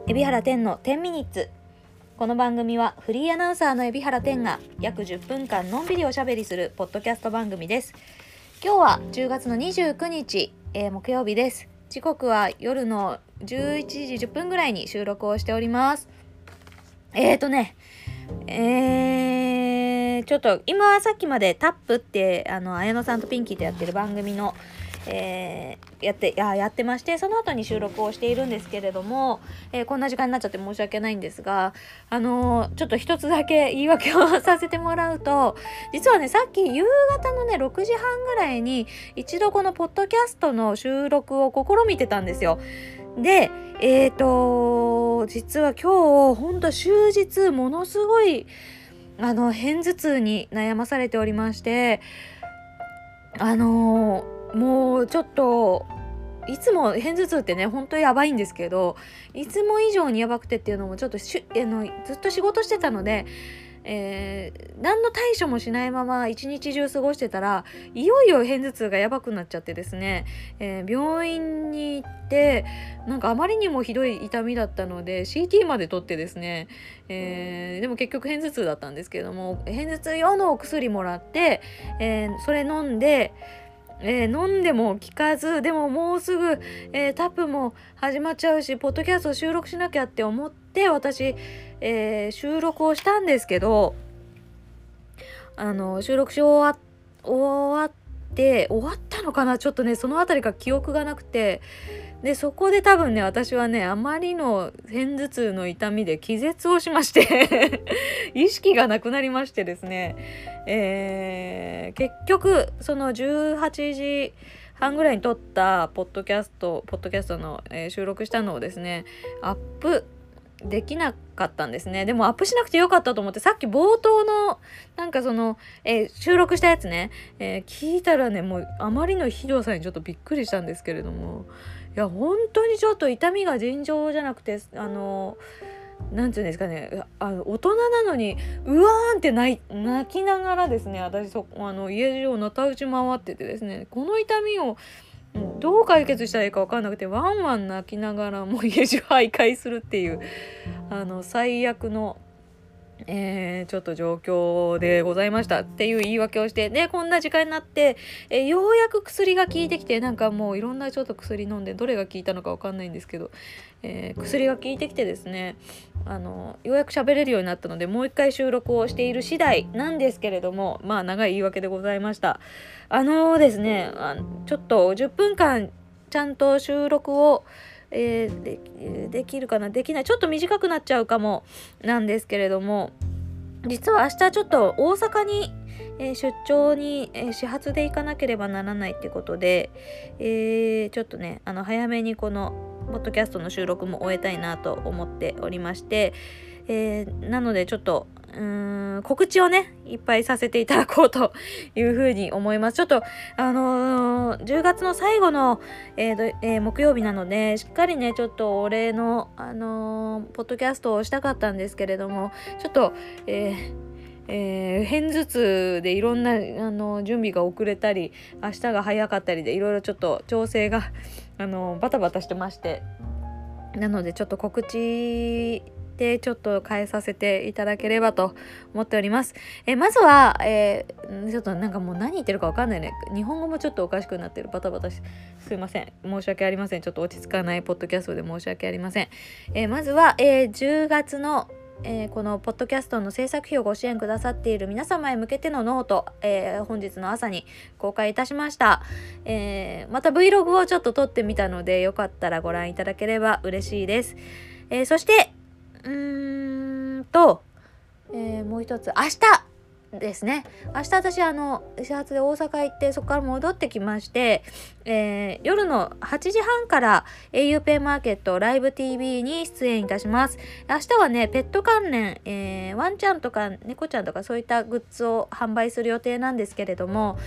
海老原天の10ミニッツ。この番組はフリーアナウンサーの海老原天が約10分間のんびりおしゃべりするポッドキャスト番組です。今日は10月の29日、木曜日です。時刻は夜の11時10分ぐらいに収録をしております。ちょっと今さっきまでタップって綾野さんとピンキーとやってる番組のやってまして、その後に収録をしているんですけれども、こんな時間になっちゃって申し訳ないんですが、ちょっと一つだけ言い訳をさせてもらうと、実はね、さっき夕方のね6時半ぐらいに一度このポッドキャストの収録を試みてたんですよ。で実は今日ほんと終日ものすごい片頭痛に悩まされておりまして、もうちょっといつも片頭痛ってね本当にやばいんですけど、いつも以上にやばくてっていうのもちょっとずっと仕事してたので、何の対処もしないまま一日中過ごしてたら、いよいよ片頭痛がやばくなっちゃってですね、病院に行ってなんかあまりにもひどい痛みだったので CT まで取ってですね、でも結局片頭痛だったんですけれども、片頭痛用のお薬もらって、それ飲んでも効かず、でももうすぐ、タップも始まっちゃうし、ポッドキャストを収録しなきゃって思って私、収録をしたんですけど、収録し終わったのかな、ちょっとねそのあたりが記憶がなくて、でそこで多分ね私はねあまりの片頭痛の痛みで気絶をしまして意識がなくなりましてですね、結局その18時半ぐらいに撮ったポッドキャストの、収録したのをですねアップできなかったんですね。でもアップしなくてよかったと思って、さっき冒頭のなんかその、収録したやつね、聞いたらねもうあまりのひどさにちょっとびっくりしたんですけれども、いや本当にちょっと痛みが尋常じゃなくて、なんていうんですかね、大人なのにうわーんって泣きながらですね、私家中をなた打ち回っててですね、この痛みをどう解決したらいいか分かんなくて、ワンワン泣きながらもう家中徘徊するっていう最悪の、ちょっと状況でございましたっていう言い訳をして、でこんな時間になって、ようやく薬が効いてきて、なんかもういろんなちょっと薬飲んでどれが効いたのか分かんないんですけど、薬が効いてきてですね、ようやく喋れるようになったので、もう一回収録をしている次第なんですけれども、まあ長い言い訳でございました。ですね、ちょっと10分間ちゃんと収録をできるかな、できない、ちょっと短くなっちゃうかもなんですけれども、実は明日ちょっと大阪に、出張に、始発で行かなければならないってことで、ちょっとね早めにこのポッドキャストの収録も終えたいなと思っておりまして、なのでちょっと告知をねいっぱいさせていただこうというふうに思います。ちょっと10月の最後の、木曜日なので、しっかりねちょっとお礼のポッドキャストをしたかったんですけれども、ちょっと片頭痛でいろんな準備が遅れたり、明日が早かったりでいろいろちょっと調整がバタバタしてまして、なのでちょっと告知でちょっと変えさせていただければと思っております。まずは、ちょっとなんかもう何言ってるか分かんないね、日本語もちょっとおかしくなってる、バタバタすいません、申し訳ありません、ちょっと落ち着かないポッドキャストで申し訳ありません。まずは、10月のこのポッドキャストの制作費をご支援くださっている皆様へ向けてのノート、本日の朝に公開いたしました。また Vlog をちょっと撮ってみたので、よかったらご覧いただければ嬉しいです。そしてもう一つ、明日ですね。明日私始発で大阪行って、そこから戻ってきまして、夜の8時半から auPay マーケットライブ TV に出演いたします。明日はねペット関連、ワンちゃんとか猫ちゃんとかそういったグッズを販売する予定なんですけれども、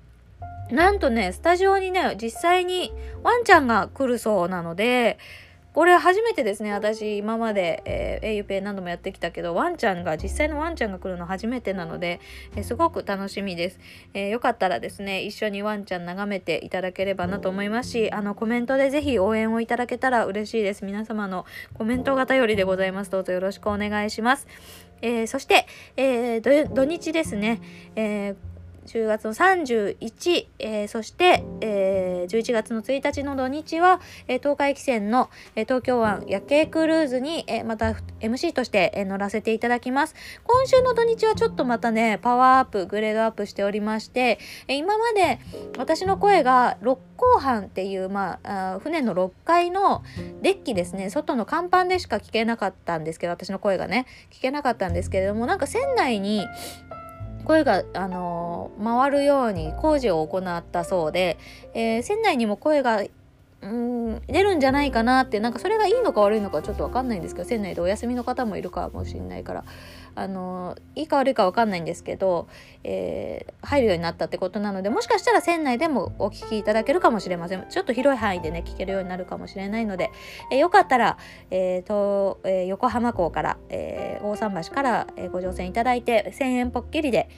なんとねスタジオにね実際にワンちゃんが来るそうなので、 これ初めてですね。私今まで、auPay 何度もやってきたけど、実際のワンちゃんが来るの初めてなので、すごく楽しみです。よかったらですね、一緒にワンちゃん眺めていただければなと思いますし、コメントでぜひ応援をいただけたら嬉しいです。皆様のコメントが頼りでございます。どうぞよろしくお願いします。そして、土日ですね、10月の31、そして、11月の1日の土日は、東海汽船の、東京湾夜景クルーズに、また MC として、乗らせていただきます。今週の土日はちょっとまたねパワーアップグレードアップしておりまして、今まで私の声が六甲板っていう、船の6階のデッキですね、外の甲板でしか聞けなかったんですけど、私の声がね聞けなかったんですけれども、なんか船内に声が、回るように工事を行ったそうで、船内にも声が出るんじゃないかなって、なんかそれがいいのか悪いのかちょっと分かんないんですけど、船内でお休みの方もいるかもしれないから、いいか悪いか分かんないんですけど、入るようになったってことなので、もしかしたら船内でもお聞きいただけるかもしれません。ちょっと広い範囲でね聞けるようになるかもしれないので、よかったら、横浜港から、大桟橋から、ご乗船いただいて1000円ぽっきりで、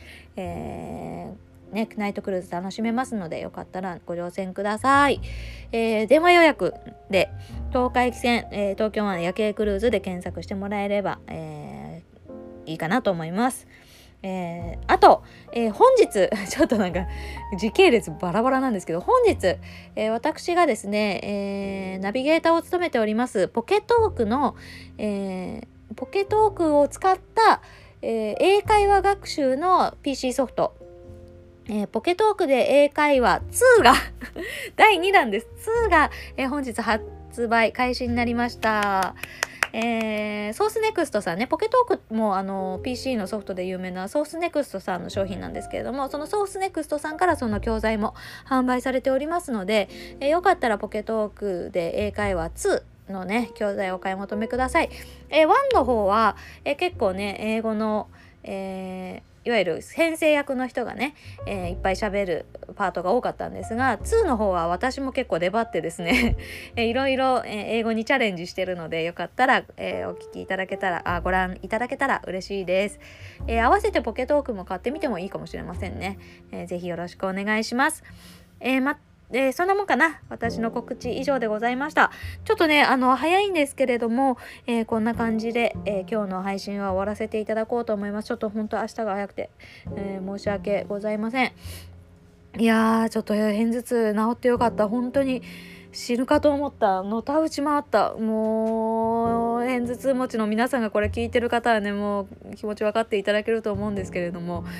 ナイトクルーズ楽しめますので、よかったらご乗船ください。電話予約で東海汽船、東京湾夜景クルーズで検索してもらえれば、いいかなと思います。あと、本日ちょっとなんか時系列バラバラなんですけど、本日、私がですね、ナビゲーターを務めておりますポケトークの、ポケトークを使った、英会話学習の PC ソフト、ポケトークで英会話2が第2弾です。2が、本日発売開始になりました。ソースネクストさんね、ポケトークもPC のソフトで有名なソースネクストさんの商品なんですけれども、そのソースネクストさんからその教材も販売されておりますので、よかったらポケトークで英会話2のね教材をお買い求めください。1の方は、結構ね英語の、いわゆる先生役の人がね、いっぱい喋るパートが多かったんですが、2の方は私も結構粘ってですねいろいろ、英語にチャレンジしてるので、よかったら、お聞きいただけたらご覧いただけたら嬉しいです。合わせてポケトークも買ってみてもいいかもしれませんね。ぜひよろしくお願いします。そんなもんかな。私の告知以上でございました。ちょっとね早いんですけれども、こんな感じで、今日の配信は終わらせていただこうと思います。ちょっと本当明日が早くて、申し訳ございません。いやー、ちょっと片頭痛治ってよかった。本当に死ぬかと思った。のたうち回った。もう片頭痛持ちの皆さんがこれ聞いてる方はね、もう気持ち分かっていただけると思うんですけれども、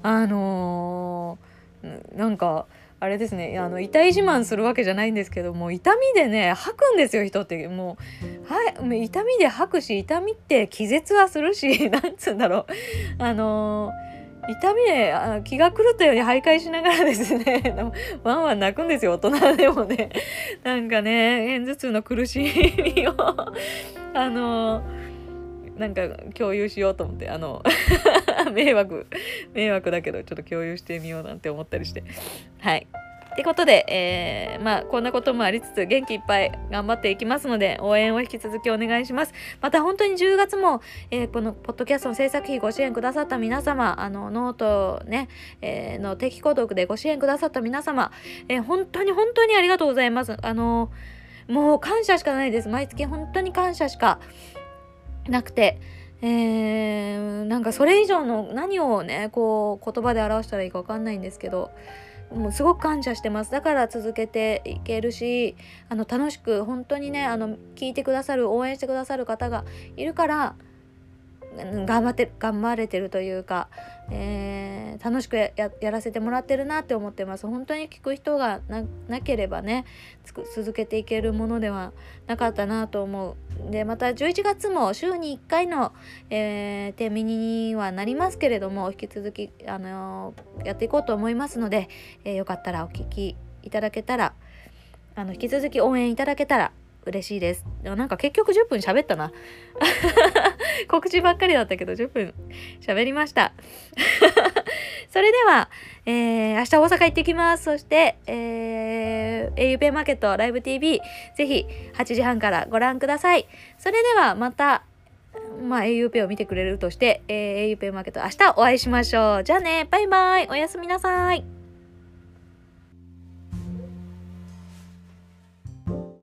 なんかあれですね、痛い自慢するわけじゃないんですけども、痛みでね吐くんですよ、人って。もう痛みで吐くし、痛みって気絶はするしなんつうんだろう、痛みで気が狂ったように徘徊しながらですねワンワン泣くんですよ、大人でもね。なんかね、片頭痛の苦しみをなんか共有しようと思って迷惑だけどちょっと共有してみようなんて思ったりして、はいってことで、こんなこともありつつ元気いっぱい頑張っていきますので、応援を引き続きお願いします。また本当に10月も、このポッドキャストの制作費ご支援くださった皆様、ノートね、の定期購読でご支援くださった皆様、本当にありがとうございます。もう感謝しかないです。毎月本当に感謝しかなくて、なんかそれ以上の何をねこう言葉で表したらいいか分かんないんですけど、もうすごく感謝してます。だから続けていけるし、楽しく本当にね聞いてくださる、応援してくださる方がいるから頑張れてるというか、楽しく やらせてもらってるなって思ってます。本当に聞く人が なければね続けていけるものではなかったなと思う。でまた11月も週に1回の、手ミニにはなりますけれども、引き続きやっていこうと思いますので、よかったらお聞きいただけたら、引き続き応援いただけたら嬉しいです。なんか結局10分喋ったな告知ばっかりだったけど10分喋りましたそれでは、明日大阪行ってきます。そして、 au ペイマーケットライブ TV ぜひ8時半からご覧ください。それではまたau ペイを見てくれるとして、au ペイマーケット明日お会いしましょう。じゃあね、バイバイ、おやすみなさい。